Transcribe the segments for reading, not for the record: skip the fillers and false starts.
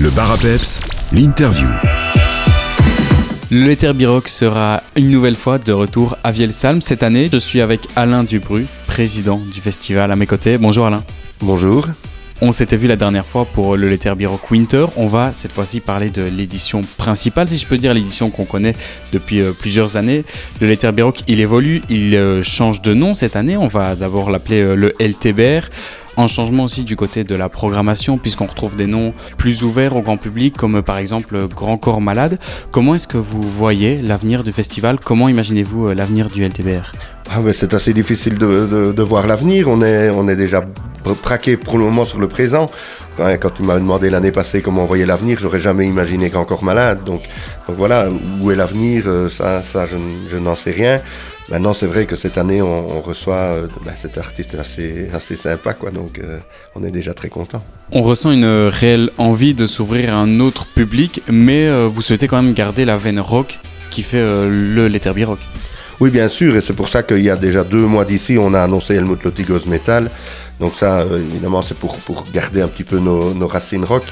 Le Bar à Peps, l'interview. Le Letterbirock sera une nouvelle fois de retour à Vielsalm. Cette année, je suis avec Alain Dubru, président du festival à mes côtés. Bonjour Alain. Bonjour. On s'était vu la dernière fois pour le Letterbirock Winter. On va cette fois-ci parler de l'édition principale, si je peux dire, l'édition qu'on connaît depuis plusieurs années. Le Letterbirock, il évolue, il change de nom cette année. On va d'abord l'appeler le LTBR. Un changement aussi du côté de la programmation, puisqu'on retrouve des noms plus ouverts au grand public, comme par exemple Grand Corps Malade. Comment est-ce que vous voyez l'avenir du festival ? Comment imaginez-vous l'avenir du LTBR ? C'est assez difficile de voir l'avenir. On est déjà braqué pour le moment sur le présent. Quand tu m'as demandé l'année passée comment on voyait l'avenir, j'aurais jamais imaginé Grand Corps Malade. Donc voilà, où est l'avenir ? Ça je n'en sais rien. Maintenant, c'est vrai que cette année, on reçoit cet artiste assez sympa, quoi. Donc, on est déjà très content. On ressent une réelle envie de s'ouvrir à un autre public, mais vous souhaitez quand même garder la veine rock qui fait le Letterbirock. Oui, bien sûr, et c'est pour ça qu'il y a déjà 2 mois d'ici, on a annoncé Helmut Lotti Goes Metal. Donc ça, évidemment, c'est pour garder un petit peu nos racines rock.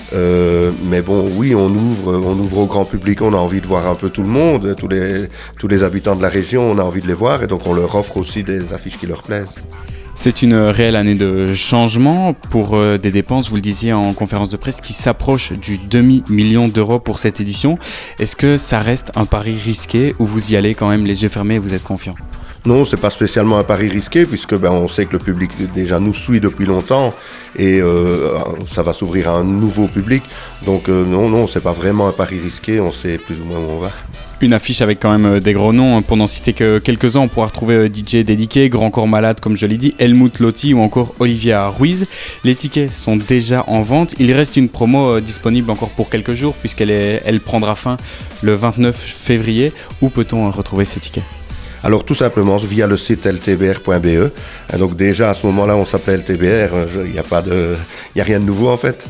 Mais bon, oui, on ouvre au grand public, on a envie de voir un peu tout le monde, tous les habitants de la région, on a envie de les voir, et donc on leur offre aussi des affiches qui leur plaisent. C'est une réelle année de changement pour des dépenses, vous le disiez en conférence de presse, qui s'approchent du demi-million d'euros pour cette édition. Est-ce que ça reste un pari risqué ou vous y allez quand même les yeux fermés et vous êtes confiant ? Non, c'est pas spécialement un pari risqué puisque on sait que le public déjà nous suit depuis longtemps et ça va s'ouvrir à un nouveau public. Donc non, c'est pas vraiment un pari risqué, on sait plus ou moins où on va. Une affiche avec quand même des gros noms. Pour n'en citer que quelques-uns, on pourra retrouver DJ Dédiqué, Grand Corps Malade, comme je l'ai dit, Helmut Lotti ou encore Olivia Ruiz. Les tickets sont déjà en vente. Il reste une promo disponible encore pour quelques jours puisqu'elle prendra fin le 29 février. Où peut-on retrouver ces tickets ? Alors tout simplement via le site ltbr.be. Donc déjà à ce moment-là on s'appelait LTBR, il n'y a rien de nouveau en fait.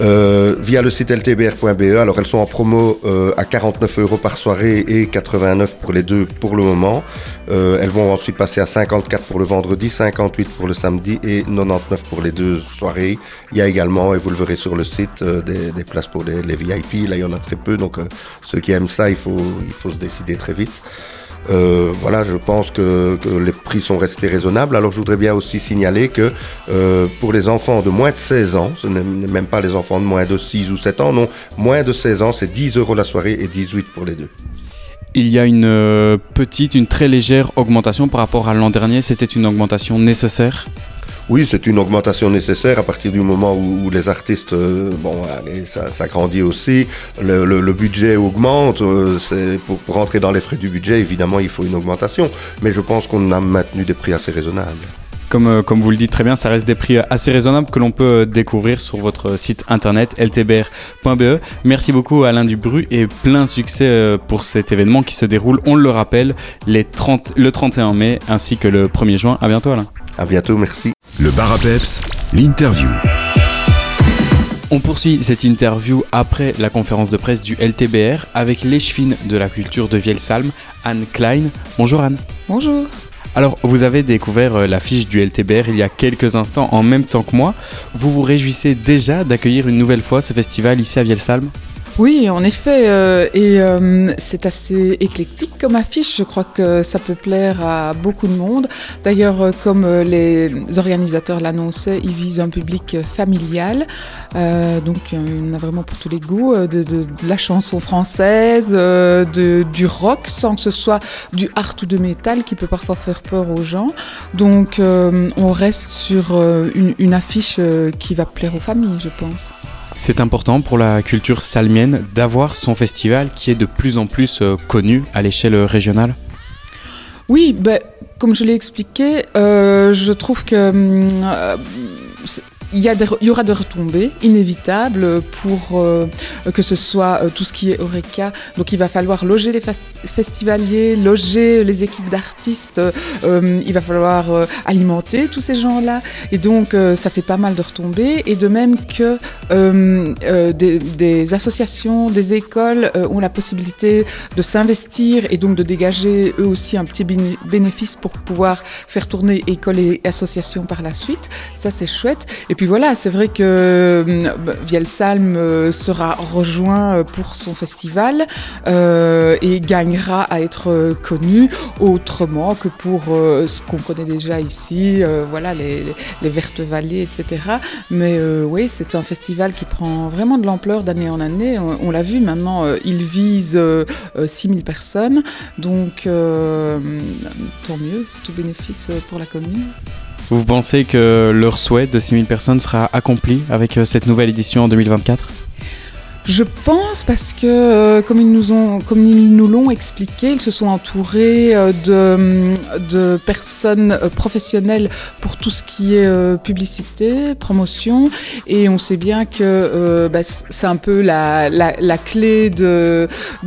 Via le site ltbr.be, alors elles sont en promo à 49 € par soirée et 89 pour les deux pour le moment. Elles vont ensuite passer à 54 pour le vendredi, 58 pour le samedi et 99 pour les 2 soirées. Il y a également, et vous le verrez sur le site, des places pour les VIP. Là il y en a très peu, donc ceux qui aiment ça, il faut se décider très vite. Voilà, je pense que les prix sont restés raisonnables. Alors je voudrais bien aussi signaler que pour les enfants de moins de 16 ans, ce n'est même pas les enfants de moins de 6 ou 7 ans, non, moins de 16 ans, c'est 10 € la soirée et 18 pour les deux. Il y a une très légère augmentation par rapport à l'an dernier. C'était une augmentation nécessaire ? Oui, c'est une augmentation nécessaire à partir du moment où les artistes, ça grandit aussi, le budget augmente, c'est pour rentrer dans les frais du budget, évidemment, il faut une augmentation, mais je pense qu'on a maintenu des prix assez raisonnables. Comme vous le dites très bien, ça reste des prix assez raisonnables que l'on peut découvrir sur votre site internet ltbr.be. Merci beaucoup Alain Dubru et plein succès pour cet événement qui se déroule, on le rappelle, le 31 mai ainsi que le 1er juin. À bientôt Alain. À bientôt, merci. Le Bar à Peps, l'interview. On poursuit cette interview après la conférence de presse du LTBR avec l'échevine de la culture de Vielsalm, Anne Klein. Bonjour Anne. Bonjour. Alors, vous avez découvert l'affiche du LTBR il y a quelques instants, en même temps que moi. Vous vous réjouissez déjà d'accueillir une nouvelle fois ce festival ici à Vielsalm ? Oui, en effet, c'est assez éclectique comme affiche. Je crois que ça peut plaire à beaucoup de monde. D'ailleurs, comme les organisateurs l'annonçaient, ils visent un public familial. Donc, il y en a vraiment pour tous les goûts, de la chanson française, du rock, sans que ce soit du art ou de métal qui peut parfois faire peur aux gens. Donc, on reste sur une affiche qui va plaire aux familles, je pense. C'est important pour la culture salmienne d'avoir son festival qui est de plus en plus connu à l'échelle régionale ? Oui, comme je l'ai expliqué, je trouve que il y aura des retombées inévitables pour que ce soit tout ce qui est Horeca. Donc il va falloir loger les festivaliers, loger les équipes d'artistes, il va falloir alimenter tous ces gens-là. Et donc ça fait pas mal de retombées. Et de même que des associations, des écoles ont la possibilité de s'investir et donc de dégager eux aussi un petit bénéfice pour pouvoir faire tourner écoles et associations par la suite. Ça c'est chouette. Et puis voilà, c'est vrai que Vielsalm sera rejoint pour son festival et gagnera à être connu autrement que pour ce qu'on connaît déjà ici, voilà, les Vertes Vallées, etc. Mais oui, c'est un festival qui prend vraiment de l'ampleur d'année en année. On l'a vu maintenant, il vise 6000 personnes, donc tant mieux, c'est tout bénéfice pour la commune. Vous pensez que leur souhait de 6000 personnes sera accompli avec cette nouvelle édition en 2024 ? Je pense parce que, comme ils nous l'ont expliqué, ils se sont entourés de personnes professionnelles pour tout ce qui est publicité, promotion, et on sait bien que c'est un peu la clé de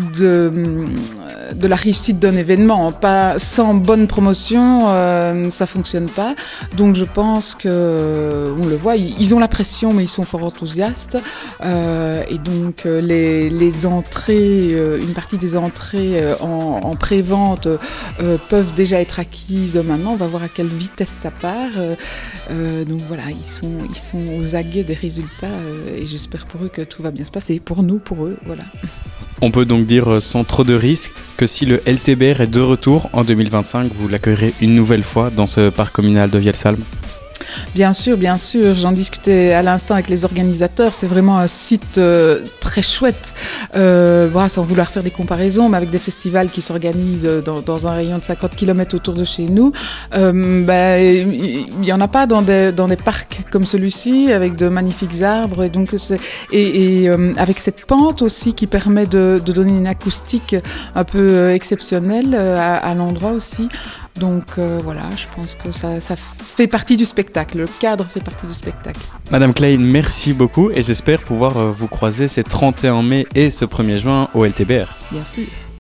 la réussite d'un événement. Pas sans bonne promotion, ça fonctionne pas. Donc je pense que on le voit, ils ont la pression, mais ils sont fort enthousiastes, et donc les entrées, une partie des entrées en pré-vente peuvent déjà être acquises maintenant. On va voir à quelle vitesse ça part. Donc voilà, ils sont aux aguets des résultats, et j'espère pour eux que tout va bien se passer. Pour nous, pour eux, voilà. On peut donc dire sans trop de risques que si le LTBR est de retour en 2025, vous l'accueillerez une nouvelle fois dans ce parc communal de Vielsalm. Bien sûr, j'en discutais à l'instant avec les organisateurs, c'est vraiment un site très chouette, sans vouloir faire des comparaisons, mais avec des festivals qui s'organisent dans un rayon de 50 km autour de chez nous, il n'y en a pas dans des parcs comme celui-ci, avec de magnifiques arbres, et donc avec cette pente aussi qui permet de donner une acoustique un peu exceptionnelle à l'endroit aussi. Donc voilà, je pense que ça fait partie du spectacle, le cadre fait partie du spectacle. Madame Klein, merci beaucoup et j'espère pouvoir vous croiser ces 31 mai et ce 1er juin au LTBR. Bien sûr.